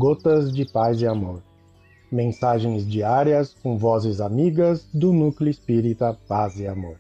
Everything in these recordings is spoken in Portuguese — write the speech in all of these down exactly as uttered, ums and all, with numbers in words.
Gotas de Paz e Amor. Mensagens diárias com vozes amigas do Núcleo Espírita Paz e Amor.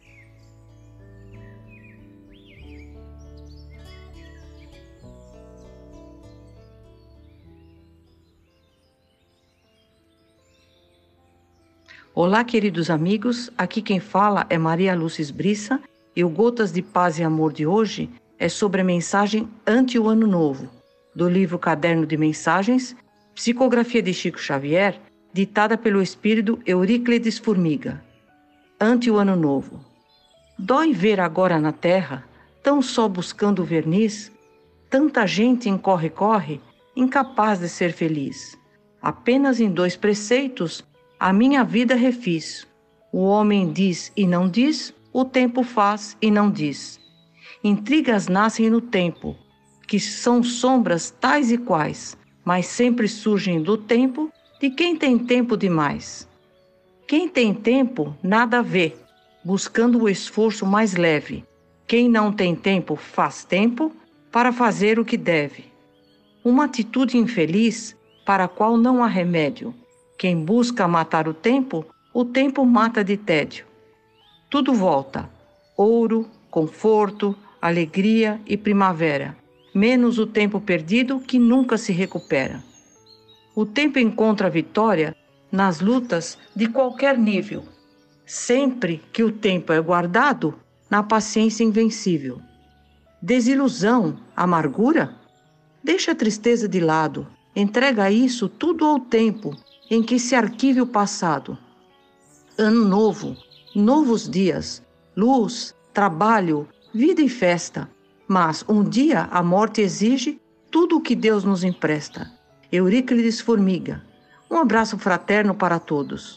Olá, queridos amigos, aqui quem fala é Maria Lúcia Brissa e o Gotas de Paz e Amor de hoje é sobre a mensagem ante o Ano Novo, do livro Caderno de Mensagens, psicografia de Chico Xavier, ditada pelo espírito Euríclides Formiga. Ante o Ano Novo. Dói ver agora na terra, tão só buscando o verniz, tanta gente em corre-corre, incapaz de ser feliz. Apenas em dois preceitos a minha vida refiz. O homem diz e não diz, o tempo faz e não diz. Intrigas nascem no tempo, que são sombras tais e quais, mas sempre surgem do tempo de quem tem tempo demais. Quem tem tempo, nada vê, buscando o esforço mais leve. Quem não tem tempo, faz tempo para fazer o que deve. Uma atitude infeliz para a qual não há remédio. Quem busca matar o tempo, o tempo mata de tédio. Tudo volta, ouro, conforto, alegria e primavera, menos o tempo perdido que nunca se recupera. O tempo encontra a vitória nas lutas de qualquer nível, sempre que o tempo é guardado na paciência invencível. Desilusão, amargura? Deixa a tristeza de lado, entrega isso tudo ao tempo em que se arquive o passado. Ano novo, novos dias, luz, trabalho, vida e festa. Mas um dia a morte exige tudo o que Deus nos empresta. Euríclides Formiga. Um abraço fraterno para todos.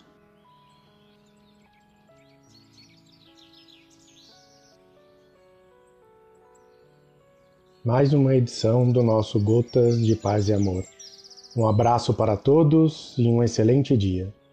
Mais uma edição do nosso Gotas de Paz e Amor. Um abraço para todos e um excelente dia.